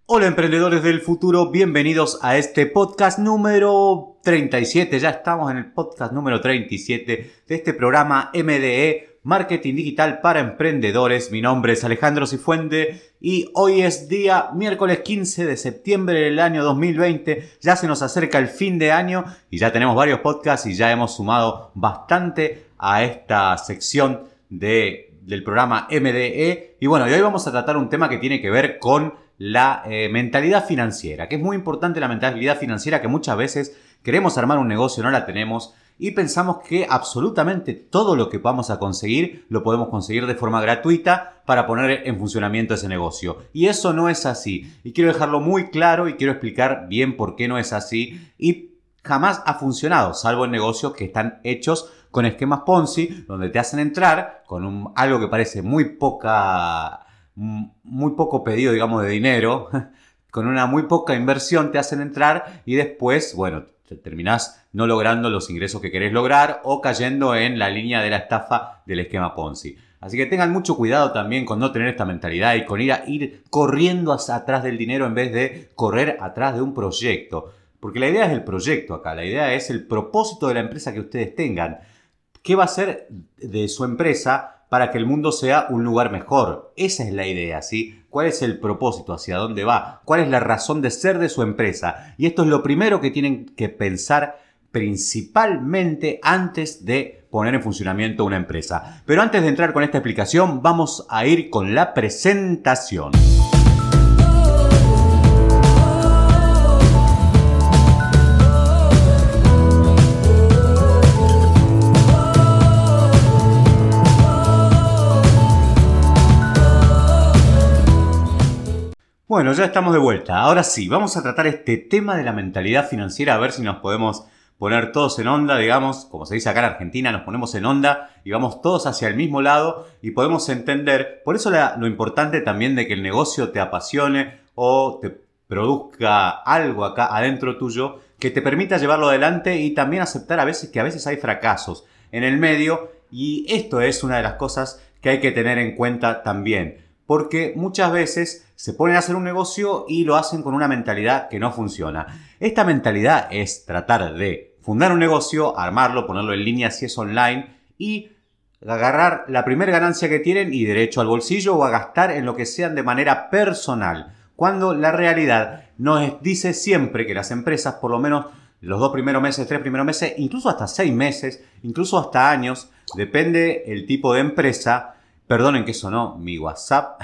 Hola emprendedores del futuro, bienvenidos a este podcast número 37. Ya estamos en el podcast número 37 de este programa MDE, Marketing Digital para Emprendedores. Mi nombre es Alejandro Cifuente y hoy es día miércoles 15 de septiembre del año 2020. Ya se nos acerca el fin de año y ya tenemos varios podcasts y ya hemos sumado bastante a esta sección del programa MDE. Y bueno, y hoy vamos a tratar un tema que tiene que ver con la mentalidad financiera, que es muy importante la mentalidad financiera, que muchas veces queremos armar un negocio, no la tenemos y pensamos que absolutamente todo lo que vamos a conseguir lo podemos conseguir de forma gratuita para poner en funcionamiento ese negocio. Y eso no es así. Y quiero dejarlo muy claro y quiero explicar bien por qué no es así y jamás ha funcionado, salvo en negocios que están hechos con esquemas Ponzi, donde te hacen entrar con algo que parece muy poco pedido, digamos, de dinero, con una muy poca inversión te hacen entrar y después, bueno, terminás no logrando los ingresos que querés lograr o cayendo en la línea de la estafa del esquema Ponzi. Así que tengan mucho cuidado también con no tener esta mentalidad y con ir corriendo atrás del dinero en vez de correr atrás de un proyecto. Porque la idea es el proyecto acá, la idea es el propósito de la empresa que ustedes tengan. ¿Qué va a ser de su empresa para que el mundo sea un lugar mejor? Esa es la idea, ¿sí? ¿Cuál es el propósito? ¿Hacia dónde va? ¿Cuál es la razón de ser de su empresa? Y esto es lo primero que tienen que pensar principalmente antes de poner en funcionamiento una empresa. Pero antes de entrar con esta explicación, vamos a ir con la presentación. Bueno, ya estamos de vuelta. Ahora sí, vamos a tratar este tema de la mentalidad financiera, a ver si nos podemos poner todos en onda, digamos, como se dice acá en Argentina, nos ponemos en onda y vamos todos hacia el mismo lado y podemos entender. Por eso lo importante también de que el negocio te apasione o te produzca algo acá adentro tuyo que te permita llevarlo adelante y también aceptar que a veces hay fracasos en el medio, y esto es una de las cosas que hay que tener en cuenta también. Porque muchas veces se ponen a hacer un negocio y lo hacen con una mentalidad que no funciona. Esta mentalidad es tratar de fundar un negocio, armarlo, ponerlo en línea si es online y agarrar la primera ganancia que tienen y derecho al bolsillo o a gastar en lo que sean de manera personal. Cuando la realidad nos dice siempre que las empresas, por lo menos los 2 primeros meses, 3 primeros meses, incluso hasta 6 meses, incluso hasta años, depende el tipo de empresa. Perdonen que sonó mi WhatsApp.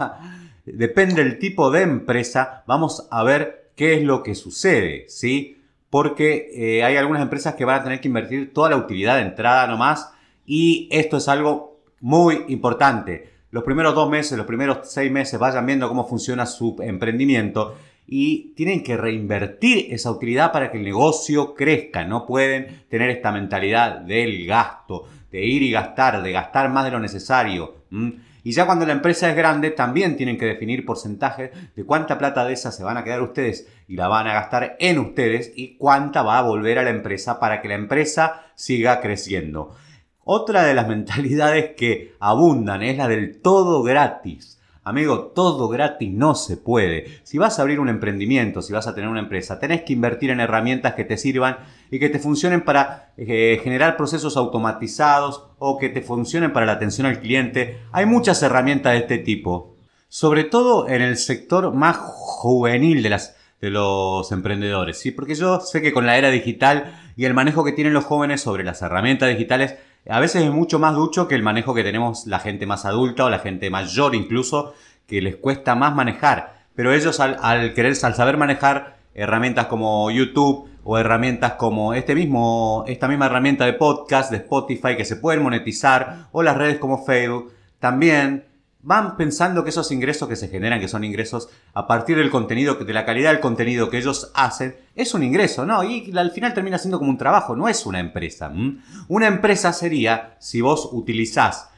Depende del tipo de empresa. Vamos a ver qué es lo que sucede, ¿sí? Porque hay algunas empresas que van a tener que invertir toda la utilidad de entrada nomás. Y esto es algo muy importante. Los primeros 2 meses, los primeros 6 meses, vayan viendo cómo funciona su emprendimiento. Y tienen que reinvertir esa utilidad para que el negocio crezca. No pueden tener esta mentalidad del gasto, de ir y gastar, de gastar más de lo necesario. Y ya cuando la empresa es grande, también tienen que definir porcentajes de cuánta plata de esa se van a quedar ustedes y la van a gastar en ustedes y cuánta va a volver a la empresa para que la empresa siga creciendo. Otra de las mentalidades que abundan es la del todo gratis. Amigo, todo gratis no se puede. Si vas a abrir un emprendimiento, si vas a tener una empresa, tenés que invertir en herramientas que te sirvan y que te funcionen para generar procesos automatizados o que te funcionen para la atención al cliente. Hay muchas herramientas de este tipo, sobre todo en el sector más juvenil de los emprendedores, ¿sí? Porque yo sé que con la era digital y el manejo que tienen los jóvenes sobre las herramientas digitales, a veces es mucho más ducho que el manejo que tenemos la gente más adulta o la gente mayor incluso, que les cuesta más manejar. Pero ellos al saber manejar herramientas como YouTube o herramientas como esta misma herramienta de podcast de Spotify que se pueden monetizar, o las redes como Facebook, también van pensando que esos ingresos que se generan, que son ingresos a partir del contenido, de la calidad del contenido que ellos hacen, es un ingreso, ¿no? Y al final termina siendo como un trabajo, no es una empresa. Una empresa sería si vos utilizás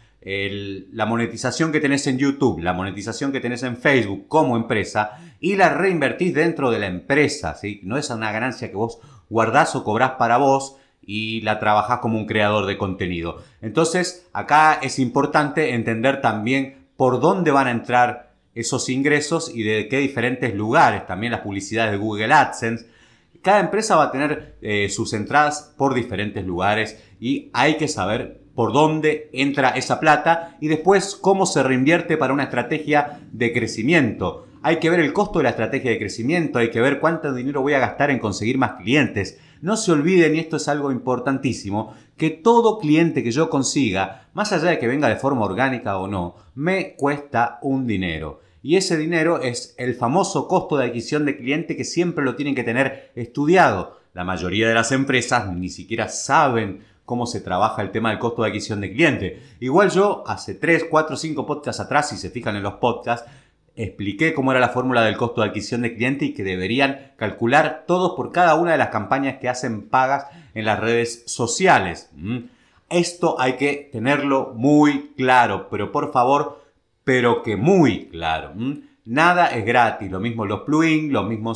la monetización que tenés en YouTube, la monetización que tenés en Facebook como empresa y la reinvertís dentro de la empresa, ¿sí? No es una ganancia que vos guardás o cobrás para vos y la trabajás como un creador de contenido. Entonces, acá es importante entender también por dónde van a entrar esos ingresos y de qué diferentes lugares, también las publicidades de Google AdSense. Cada empresa va a tener sus entradas por diferentes lugares y hay que saber por dónde entra esa plata y después cómo se reinvierte para una estrategia de crecimiento. Hay que ver el costo de la estrategia de crecimiento, hay que ver cuánto dinero voy a gastar en conseguir más clientes. No se olviden, y esto es algo importantísimo, que todo cliente que yo consiga, más allá de que venga de forma orgánica o no, me cuesta un dinero. Y ese dinero es el famoso costo de adquisición de cliente que siempre lo tienen que tener estudiado. La mayoría de las empresas ni siquiera saben cómo se trabaja el tema del costo de adquisición de cliente. Igual yo hace 3, 4, 5 podcasts atrás, si se fijan en los podcasts, expliqué cómo era la fórmula del costo de adquisición de cliente y que deberían calcular todos por cada una de las campañas que hacen pagas en las redes sociales. Esto hay que tenerlo muy claro, pero por favor, pero que muy claro. Nada es gratis, lo mismo los plugins,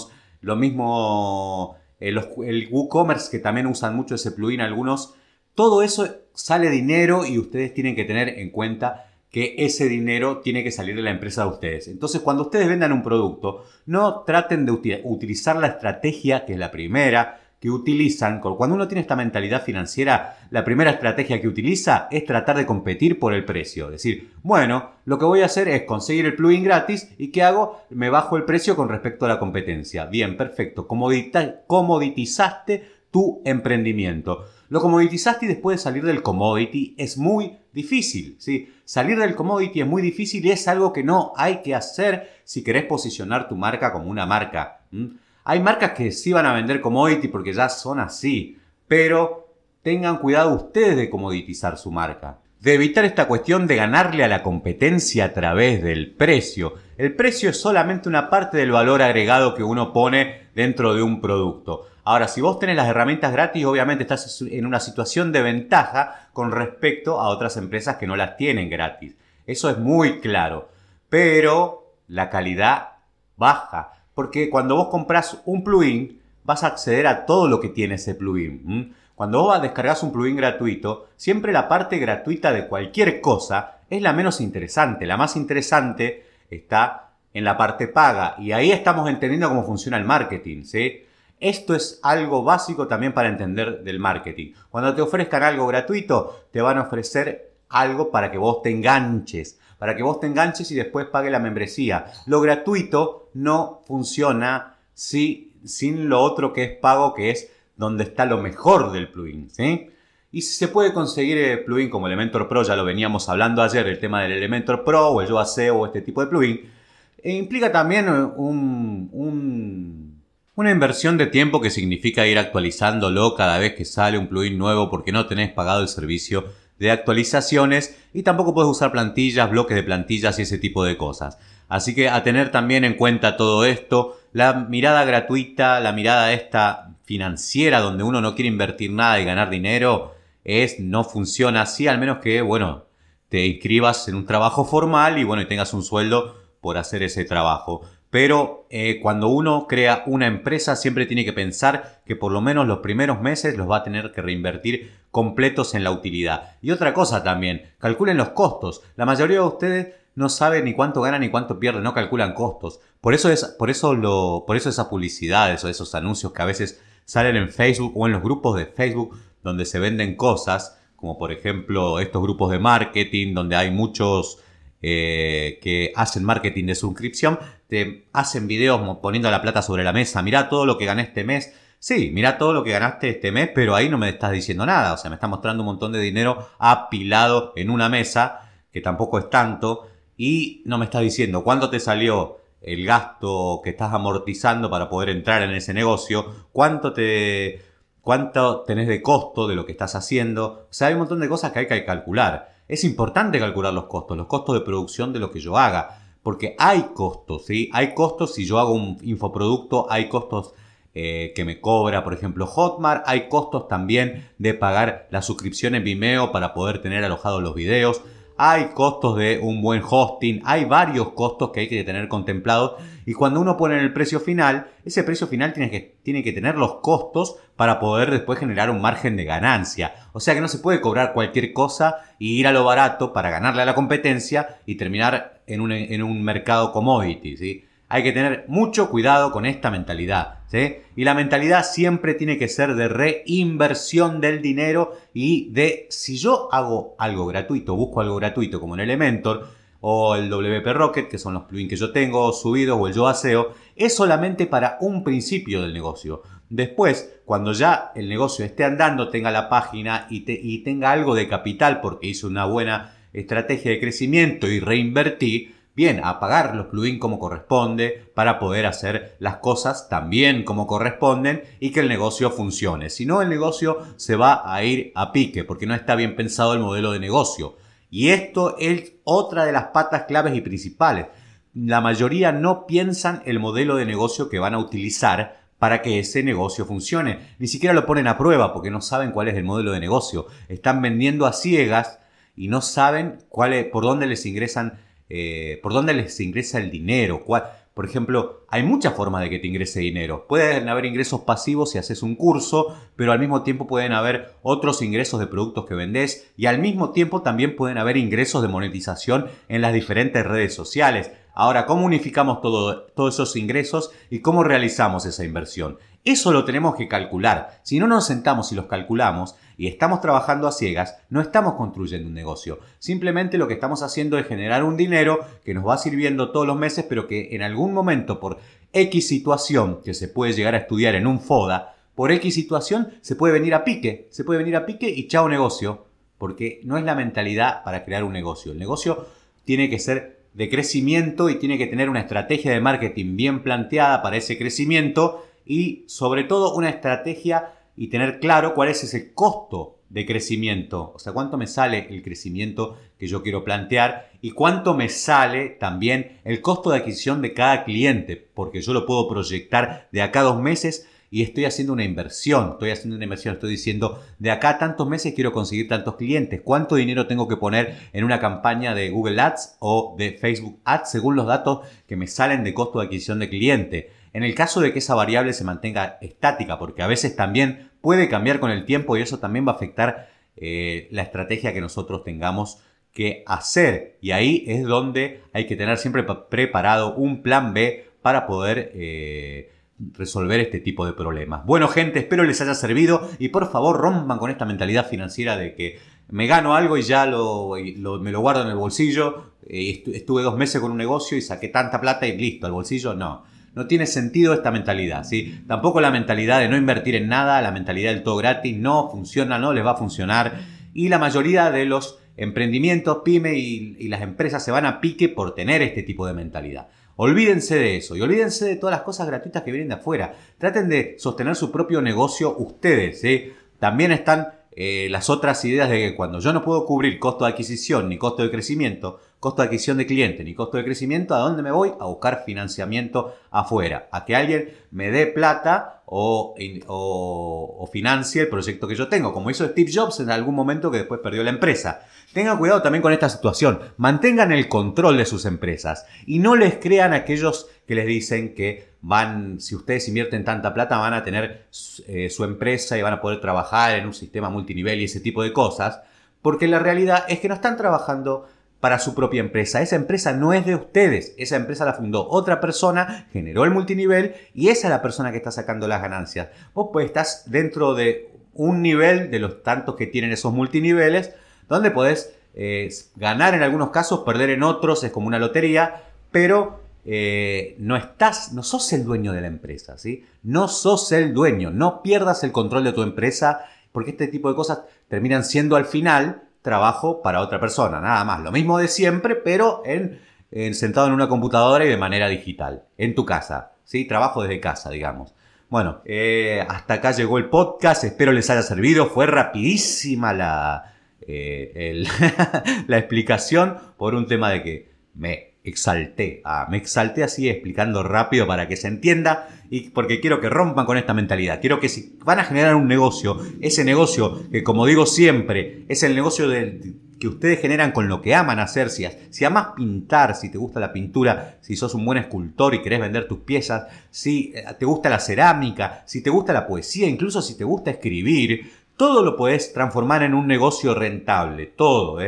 el WooCommerce, que también usan mucho ese plugin algunos. Todo eso sale dinero y ustedes tienen que tener en cuenta que ese dinero tiene que salir de la empresa de ustedes. Entonces, cuando ustedes vendan un producto, no traten de utilizar la estrategia, que es la primera que utilizan. Cuando uno tiene esta mentalidad financiera, la primera estrategia que utiliza es tratar de competir por el precio. Es decir, bueno, lo que voy a hacer es conseguir el plugin gratis y ¿qué hago? Me bajo el precio con respecto a la competencia. Bien, perfecto. Comoditizaste tu emprendimiento. Lo comoditizaste y después de salir del commodity es muy difícil, ¿sí? Salir del commodity es muy difícil y es algo que no hay que hacer si querés posicionar tu marca como una marca. Hay marcas que sí van a vender commodity porque ya son así, pero tengan cuidado ustedes de comoditizar su marca. De evitar esta cuestión de ganarle a la competencia a través del precio. El precio es solamente una parte del valor agregado que uno pone dentro de un producto. Ahora, si vos tenés las herramientas gratis, obviamente estás en una situación de ventaja con respecto a otras empresas que no las tienen gratis. Eso es muy claro. Pero la calidad baja. Porque cuando vos comprás un plugin, vas a acceder a todo lo que tiene ese plugin. Cuando vos descargas un plugin gratuito, siempre la parte gratuita de cualquier cosa es la menos interesante. La más interesante está en la parte paga. Y ahí estamos entendiendo cómo funciona el marketing, ¿sí? Esto es algo básico también para entender del marketing. Cuando te ofrezcan algo gratuito, te van a ofrecer algo para que vos te enganches. Para que vos te enganches y después pague la membresía. Lo gratuito no funciona sin lo otro que es pago, que es donde está lo mejor del plugin, ¿sí? Y si se puede conseguir el plugin como Elementor Pro, ya lo veníamos hablando ayer, el tema del Elementor Pro o el Yoa SEO o este tipo de plugin, implica también una inversión de tiempo que significa ir actualizándolo cada vez que sale un plugin nuevo porque no tenés pagado el servicio de actualizaciones y tampoco puedes usar plantillas, bloques de plantillas y ese tipo de cosas. Así que a tener también en cuenta todo esto, la mirada gratuita, la mirada esta financiera donde uno no quiere invertir nada y ganar dinero, no funciona así, al menos que, bueno, te inscribas en un trabajo formal y bueno, y tengas un sueldo por hacer ese trabajo. Pero cuando uno crea una empresa siempre tiene que pensar que por lo menos los primeros meses los va a tener que reinvertir completos en la utilidad. Y otra cosa también, calculen los costos. La mayoría de ustedes no saben ni cuánto ganan ni cuánto pierden, no calculan costos. Por eso esas publicidades o esos anuncios que a veces salen en Facebook o en los grupos de Facebook donde se venden cosas, como por ejemplo estos grupos de marketing donde hay muchos que hacen marketing de suscripción, te hacen videos poniendo la plata sobre la mesa. Mirá todo lo que gané este mes. Sí, mirá todo lo que ganaste este mes, pero ahí no me estás diciendo nada. O sea, me estás mostrando un montón de dinero apilado en una mesa, que tampoco es tanto, y no me estás diciendo cuánto te salió el gasto que estás amortizando para poder entrar en ese negocio, cuánto tenés de costo de lo que estás haciendo. O sea, hay un montón de cosas que hay que calcular. Es importante calcular los costos de producción de lo que yo haga, porque hay costos, ¿sí? Hay costos si yo hago un infoproducto, hay costos que me cobra, por ejemplo, Hotmart, hay costos también de pagar la suscripción en Vimeo para poder tener alojados los videos, hay costos de un buen hosting, hay varios costos que hay que tener contemplados y cuando uno pone el precio final, ese precio final tiene que tener los costos para poder después generar un margen de ganancia. O sea que no se puede cobrar cualquier cosa y ir a lo barato para ganarle a la competencia y terminar en un mercado commodity, ¿sí? Hay que tener mucho cuidado con esta mentalidad, ¿sí? Y la mentalidad siempre tiene que ser de reinversión del dinero y de, si yo hago algo gratuito, busco algo gratuito como en Elementor o el WP Rocket, que son los plugins que yo tengo subidos, o el Yo SEO, es solamente para un principio del negocio. Después, cuando ya el negocio esté andando, tenga la página y tenga algo de capital porque hizo una buena estrategia de crecimiento y reinvertí, bien, a pagar los plugins como corresponde para poder hacer las cosas también como corresponden y que el negocio funcione. Si no, el negocio se va a ir a pique porque no está bien pensado el modelo de negocio. Y esto es otra de las patas claves y principales. La mayoría no piensan el modelo de negocio que van a utilizar para que ese negocio funcione. Ni siquiera lo ponen a prueba porque no saben cuál es el modelo de negocio. Están vendiendo a ciegas y no saben por dónde les ingresa el dinero. Por ejemplo, hay muchas formas de que te ingrese dinero. Pueden haber ingresos pasivos si haces un curso, pero al mismo tiempo pueden haber otros ingresos de productos que vendés y al mismo tiempo también pueden haber ingresos de monetización en las diferentes redes sociales. Ahora, ¿cómo unificamos todos esos ingresos y cómo realizamos esa inversión? Eso lo tenemos que calcular. Si no nos sentamos y los calculamos y estamos trabajando a ciegas, no estamos construyendo un negocio. Simplemente lo que estamos haciendo es generar un dinero que nos va sirviendo todos los meses, pero que en algún momento por X situación que se puede llegar a estudiar en un FODA, por X situación se puede venir a pique. Se puede venir a pique y chao negocio. Porque no es la mentalidad para crear un negocio. El negocio tiene que ser de crecimiento y tiene que tener una estrategia de marketing bien planteada para ese crecimiento y sobre todo una estrategia y tener claro cuál es ese costo de crecimiento. O sea, cuánto me sale el crecimiento que yo quiero plantear y cuánto me sale también el costo de adquisición de cada cliente, porque yo lo puedo proyectar de acá a 2 meses y estoy haciendo una inversión, estoy diciendo, de acá a tantos meses quiero conseguir tantos clientes, cuánto dinero tengo que poner en una campaña de Google Ads o de Facebook Ads según los datos que me salen de costo de adquisición de cliente. En el caso de que esa variable se mantenga estática, porque a veces también puede cambiar con el tiempo y eso también va a afectar la estrategia que nosotros tengamos que hacer. Y ahí es donde hay que tener siempre preparado un plan B para poder resolver este tipo de problemas. Bueno, gente, espero les haya servido y por favor rompan con esta mentalidad financiera de que me gano algo y ya me lo guardo en el bolsillo. Estuve 2 meses con un negocio y saqué tanta plata y listo, al bolsillo. No tiene sentido esta mentalidad, ¿sí? Tampoco la mentalidad de no invertir en nada, la mentalidad del todo gratis, no funciona, no les va a funcionar. Y la mayoría de los emprendimientos, pyme y las empresas se van a pique por tener este tipo de mentalidad. Olvídense de eso y olvídense de todas las cosas gratuitas que vienen de afuera. Traten de sostener su propio negocio ustedes, ¿sí? También están las otras ideas de que cuando yo no puedo cubrir costo de adquisición ni costo de crecimiento, costo de adquisición de cliente ni costo de crecimiento, ¿a dónde me voy? A buscar financiamiento afuera. A que alguien me dé plata o financie el proyecto que yo tengo, como hizo Steve Jobs en algún momento que después perdió la empresa. Tengan cuidado también con esta situación. Mantengan el control de sus empresas y no les crean a aquellos que les dicen que si ustedes invierten tanta plata, van a tener su empresa y van a poder trabajar en un sistema multinivel y ese tipo de cosas. Porque la realidad es que no están trabajando para su propia empresa. Esa empresa no es de ustedes. Esa empresa la fundó otra persona, generó el multinivel y esa es la persona que está sacando las ganancias. Vos pues estás dentro de un nivel de los tantos que tienen esos multiniveles donde podés ganar en algunos casos, perder en otros, es como una lotería, pero no sos el dueño de la empresa, ¿sí? No sos el dueño, no pierdas el control de tu empresa, porque este tipo de cosas terminan siendo al final trabajo para otra persona, nada más. Lo mismo de siempre, pero sentado en una computadora y de manera digital, en tu casa, ¿sí? Trabajo desde casa, digamos. Bueno, hasta acá llegó el podcast, espero les haya servido, fue rapidísima la explicación por un tema de que me exalté así explicando rápido para que se entienda y porque quiero que rompan con esta mentalidad. Quiero que si van a generar un negocio, ese negocio que como digo siempre es el negocio que ustedes generan con lo que aman hacer, si amas pintar, si te gusta la pintura, si sos un buen escultor y querés vender tus piezas, si te gusta la cerámica, si te gusta la poesía, incluso si te gusta escribir, todo lo podés transformar en un negocio rentable, todo,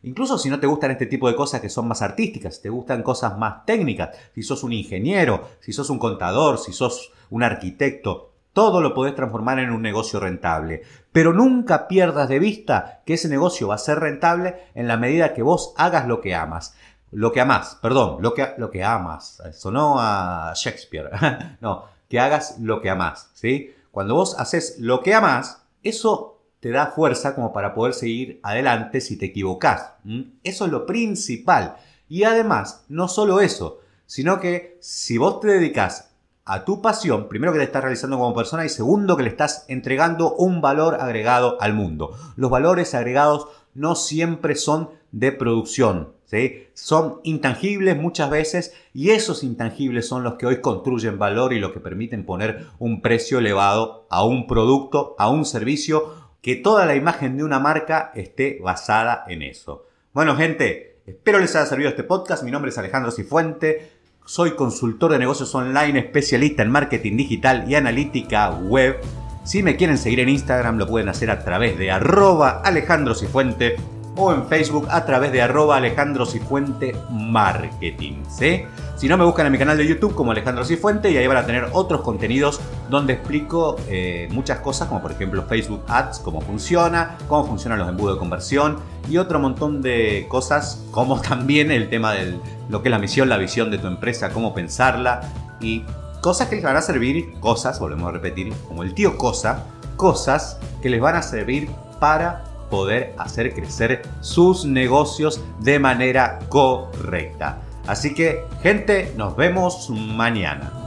Incluso si no te gustan este tipo de cosas que son más artísticas, si te gustan cosas más técnicas, si sos un ingeniero, si sos un contador, si sos un arquitecto, todo lo podés transformar en un negocio rentable. Pero nunca pierdas de vista que ese negocio va a ser rentable en la medida que vos hagas lo que amas. Lo que amas. Sonó a Shakespeare. No, que hagas lo que amas, ¿sí? Cuando vos haces lo que amas, eso te da fuerza como para poder seguir adelante si te equivocás. Eso es lo principal. Y además, no solo eso, sino que si vos te dedicas a tu pasión, primero que te estás realizando como persona y segundo que le estás entregando un valor agregado al mundo. Los valores agregados no siempre son de producción, ¿sí? Son intangibles muchas veces y esos intangibles son los que hoy construyen valor y los que permiten poner un precio elevado a un producto, a un servicio, que toda la imagen de una marca esté basada en eso. Bueno, gente, espero les haya servido este podcast. Mi nombre es Alejandro Cifuente. Soy consultor de negocios online, especialista en marketing digital y analítica web. Si me quieren seguir en Instagram, lo pueden hacer a través de @AlejandroCifuente o en Facebook a través de @AlejandroCifuenteMarketing, ¿sí? Si no, me buscan en mi canal de YouTube como Alejandro Cifuente y ahí van a tener otros contenidos donde explico muchas cosas, como por ejemplo Facebook Ads, cómo funcionan los embudos de conversión y otro montón de cosas, como también el tema de lo que es la misión, la visión de tu empresa, cómo pensarla y cosas que les van a servir, volvemos a repetir, como el tío Cosa, cosas que les van a servir para poder hacer crecer sus negocios de manera correcta. Así que, gente, nos vemos mañana.